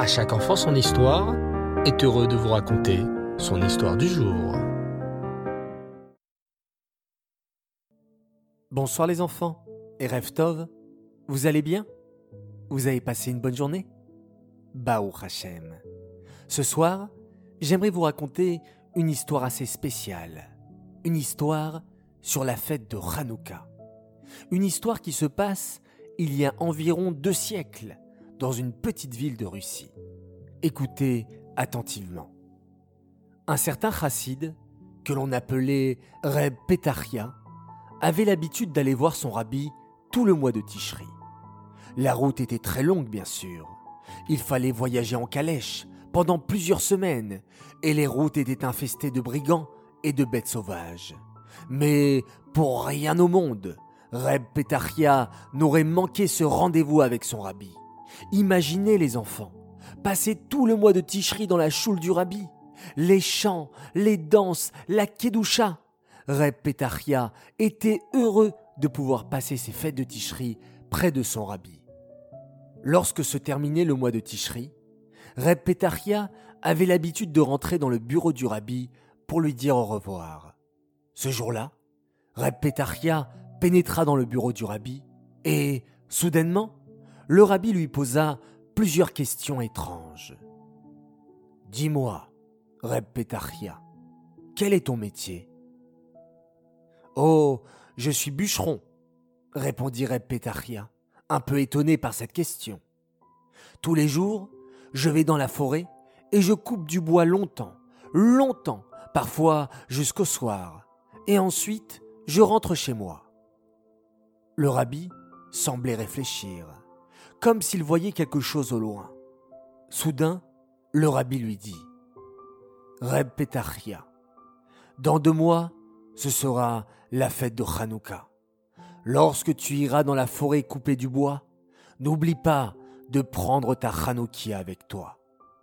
À chaque enfant son histoire est heureux de vous raconter son histoire du jour. Bonsoir les enfants et Rev Tov, vous allez bien? Vous avez passé une bonne journée? Baruch Hashem. Ce soir, j'aimerais vous raconter une histoire assez spéciale. Une histoire sur la fête de Hanouka. Une histoire qui se passe il y a environ 2 siècles dans une petite ville de Russie. Écoutez attentivement. Un certain chassid, que l'on appelait Reb Petachia, avait l'habitude d'aller voir son rabbi tout le mois de Tishri. La route était très longue, bien sûr. Il fallait voyager en calèche pendant plusieurs semaines et les routes étaient infestées de brigands et de bêtes sauvages. Mais pour rien au monde, Reb Petachia n'aurait manqué ce rendez-vous avec son rabbi. Imaginez les enfants, passer tout le mois de Tishri dans la choule du rabbi, les chants, les danses, la kedusha. Reb Petachia était heureux de pouvoir passer ses fêtes de Tishri près de son rabbi. Lorsque se terminait le mois de Tishri, Reb Petachia avait l'habitude de rentrer dans le bureau du rabbi pour lui dire au revoir. Ce jour-là, Reb Petachia pénétra dans le bureau du rabbi et, soudainement, le rabbi lui posa plusieurs questions étranges. « Dis-moi, Reb Petachia, quel est ton métier ?»« Oh, je suis bûcheron, » répondit Reb Petachia, un peu étonné par cette question. « Tous les jours, je vais dans la forêt et je coupe du bois longtemps, parfois jusqu'au soir, et ensuite je rentre chez moi. » Le rabbi semblait réfléchir, comme s'il voyait quelque chose au loin. Soudain, le rabbi lui dit « Reb Petachia, dans 2 mois, ce sera la fête de Hanouka. Lorsque tu iras dans la forêt couper du bois, n'oublie pas de prendre ta Hanoukia avec toi. »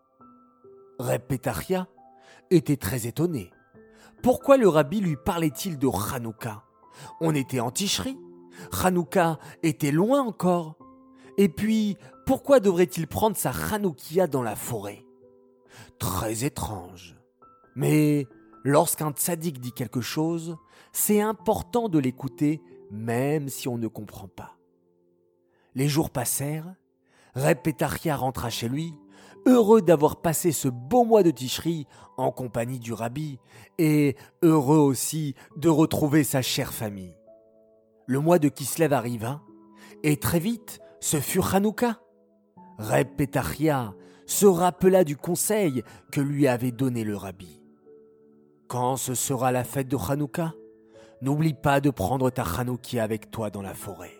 Reb Petachia était très étonné. Pourquoi le rabbi lui parlait-il de Hanouka? On était en Tishri. Hanouka était loin encore. Et puis, pourquoi devrait-il prendre sa Hanoukia dans la forêt? Très étrange. Mais lorsqu'un tzaddik dit quelque chose, c'est important de l'écouter même si on ne comprend pas. Les jours passèrent, Reb Petachia rentra chez lui, heureux d'avoir passé ce beau mois de Tishri en compagnie du rabbi et heureux aussi de retrouver sa chère famille. Le mois de Kislev arriva et très vite, ce fut Hanouka. Reb Petachia se rappela du conseil que lui avait donné le rabbi. Quand ce sera la fête de Hanouka, n'oublie pas de prendre ta Hanoukia avec toi dans la forêt.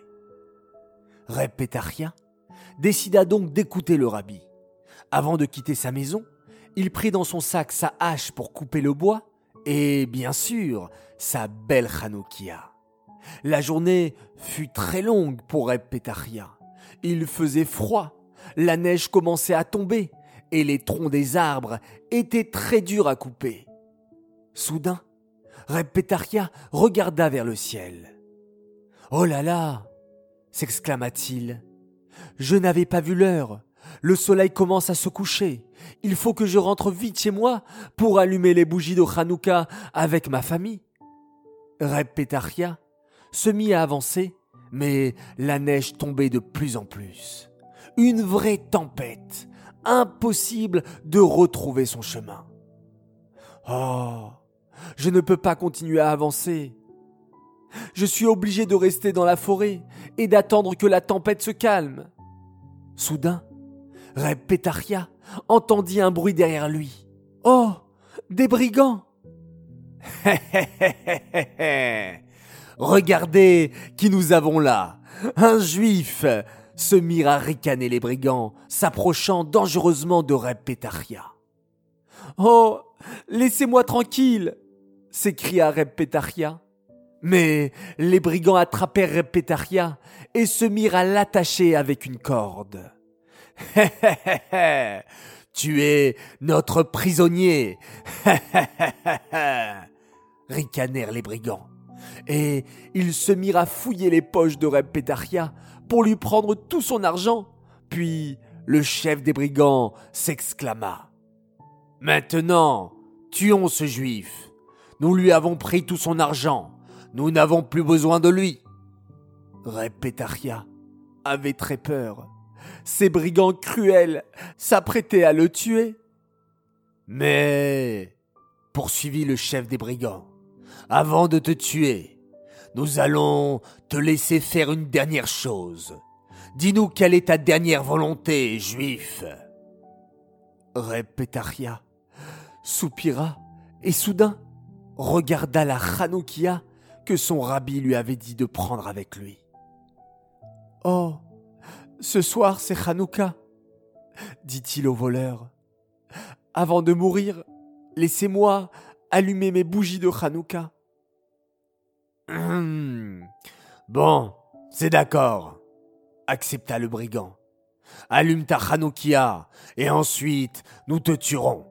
Reb Petachia décida donc d'écouter le rabbi. Avant de quitter sa maison, il prit dans son sac sa hache pour couper le bois et, bien sûr, sa belle Hanoukia. La journée fut très longue pour Reb Petachia. Il faisait froid, la neige commençait à tomber et les troncs des arbres étaient très durs à couper. Soudain, Reb Petachia regarda vers le ciel. « Oh là là !» s'exclama-t-il. « Je n'avais pas vu l'heure. Le soleil commence à se coucher. Il faut que je rentre vite chez moi pour allumer les bougies de Hanouka avec ma famille. » Reb Petachia se mit à avancer, mais la neige tombait de plus en plus. Une vraie tempête. Impossible de retrouver son chemin. « Oh, je ne peux pas continuer à avancer. Je suis obligé de rester dans la forêt et d'attendre que la tempête se calme. » Soudain, Reb Petachia entendit un bruit derrière lui. « Oh, des brigands !»« Regardez qui nous avons là, un juif !» se mirent à ricaner les brigands, s'approchant dangereusement de Reb Petachia. « Oh, laissez-moi tranquille !» s'écria Reb Petachia. Mais les brigands attrapèrent Reb Petachia et se mirent à l'attacher avec une corde. « Tu es notre prisonnier !» ricanèrent les brigands. Et ils se mirent à fouiller les poches de Reb Petachia pour lui prendre tout son argent, puis le chef des brigands s'exclama. « Maintenant, tuons ce juif. Nous lui avons pris tout son argent. Nous n'avons plus besoin de lui. » Reb Pétahia avait très peur. Ces brigands cruels s'apprêtaient à le tuer. « Mais, poursuivit le chef des brigands, avant de te tuer, nous allons te laisser faire une dernière chose. Dis-nous quelle est ta dernière volonté, juif. » Reb Pétahia soupira et soudain regarda la Hanoukia que son rabbi lui avait dit de prendre avec lui. « Oh, ce soir c'est Hanouka, dit-il au voleur. Avant de mourir, laissez-moi allumer mes bougies de Hanouka. » Bon, c'est d'accord, accepta le brigand. Allume ta Hanoukia et ensuite nous te tuerons.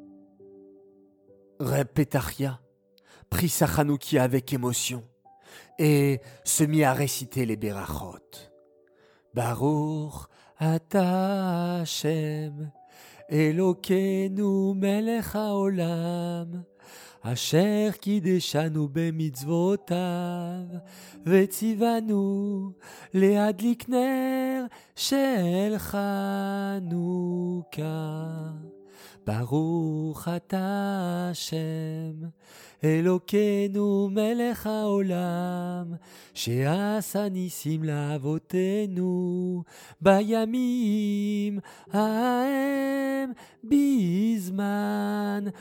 Reb Pétahia prit sa Hanoukia avec émotion et se mit à réciter les Berachot. Baruch ata Hashem Elokeinu melech haolam Asher kideshanu bemitzvotav Vetzivanu leadlik ner shel Chanukah. Baruch ata Hashem Elokeinu melech haolam she'asa nisim la'avotenu bayamim ha'em bizman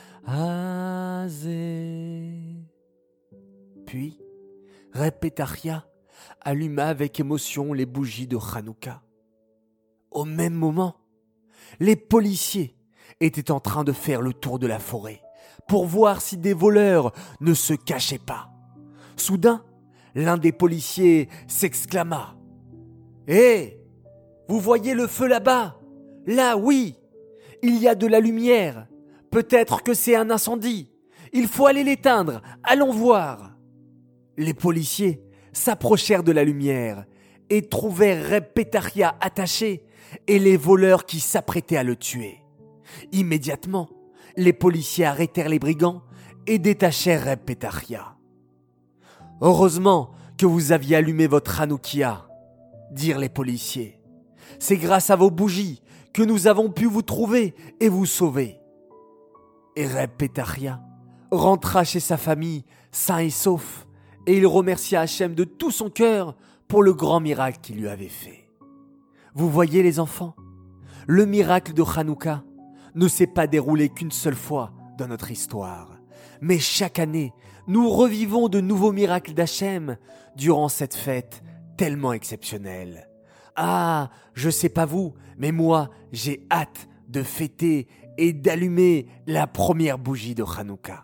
hazeh. Puis, Reb Pétahia alluma avec émotion les bougies de Hanouka. Au même moment, les policiers étaient en train de faire le tour de la forêt pour voir si des voleurs ne se cachaient pas. Soudain, l'un des policiers s'exclama. « Hé, vous voyez le feu là-bas ? Là, oui, il y a de la lumière. Peut-être que c'est un incendie. Il faut aller l'éteindre. Allons voir. » Les policiers s'approchèrent de la lumière et trouvèrent Reb Pétahia attaché et les voleurs qui s'apprêtaient à le tuer. Immédiatement, les policiers arrêtèrent les brigands et détachèrent Reb Pétahia. « Heureusement que vous aviez allumé votre Hanoukia, » dirent les policiers. « C'est grâce à vos bougies que nous avons pu vous trouver et vous sauver. » Et Reb Pétahia rentra chez sa famille sain et sauf et il remercia Hachem de tout son cœur pour le grand miracle qu'il lui avait fait. Vous voyez les enfants, le miracle de Hanouka ne s'est pas déroulé qu'une seule fois dans notre histoire. Mais chaque année, nous revivons de nouveaux miracles d'Hachem durant cette fête tellement exceptionnelle. Ah, je sais pas vous, mais moi, j'ai hâte de fêter et d'allumer la première bougie de Hanouka.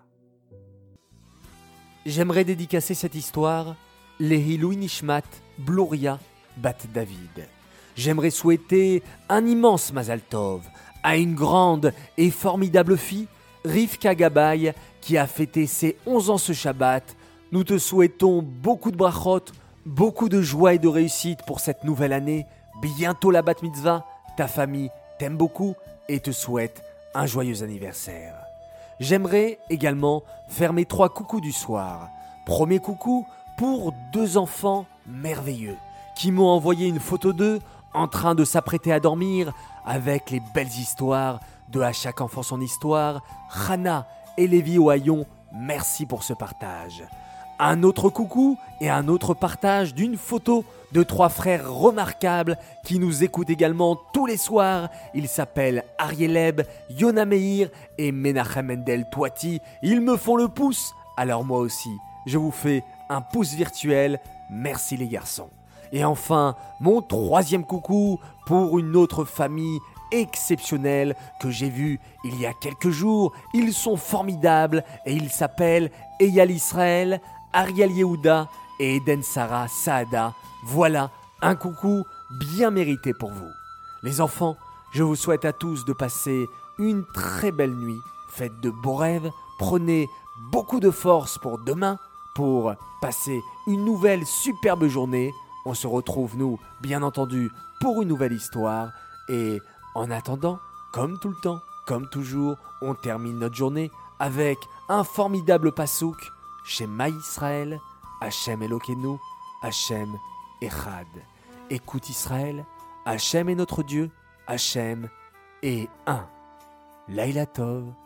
J'aimerais dédicacer cette histoire Lehilui Nishmat Bloria Bat David. J'aimerais souhaiter un immense Mazal Tov à une grande et formidable fille, Rivka Gabay, qui a fêté ses 11 ans ce Shabbat. Nous te souhaitons beaucoup de brachot, beaucoup de joie et de réussite pour cette nouvelle année. Bientôt la bat mitzvah, ta famille t'aime beaucoup et te souhaite un joyeux anniversaire. J'aimerais également faire mes 3 coucous du soir. Premier coucou pour 2 enfants merveilleux qui m'ont envoyé une photo d'eux en train de s'apprêter à dormir avec les belles histoires de À chaque enfant son histoire. Hana et Lévi Ohayon, merci pour ce partage. Un autre coucou et un autre partage d'une photo de 3 frères remarquables qui nous écoutent également tous les soirs. Ils s'appellent Arieleb, Yona Meir et Menachem Mendel Touati. Ils me font le pouce, alors moi aussi, je vous fais un pouce virtuel. Merci les garçons. Et enfin, mon 3e coucou pour une autre famille exceptionnelle que j'ai vue il y a quelques jours. Ils sont formidables et ils s'appellent Eyal Israël, Ariel Yehuda et Eden Sarah Saada. Voilà un coucou bien mérité pour vous. Les enfants, je vous souhaite à tous de passer une très belle nuit. Faites de beaux rêves, prenez beaucoup de force pour demain pour passer une nouvelle superbe journée. On se retrouve, nous, bien entendu, pour une nouvelle histoire. Et En attendant, comme tout le temps, comme toujours, on termine notre journée avec un formidable passouk, Shema Israël, Hachem Elokeinu, Hachem Echad. Écoute Israël, Hachem est notre Dieu, Hachem est un. Laïla Tov.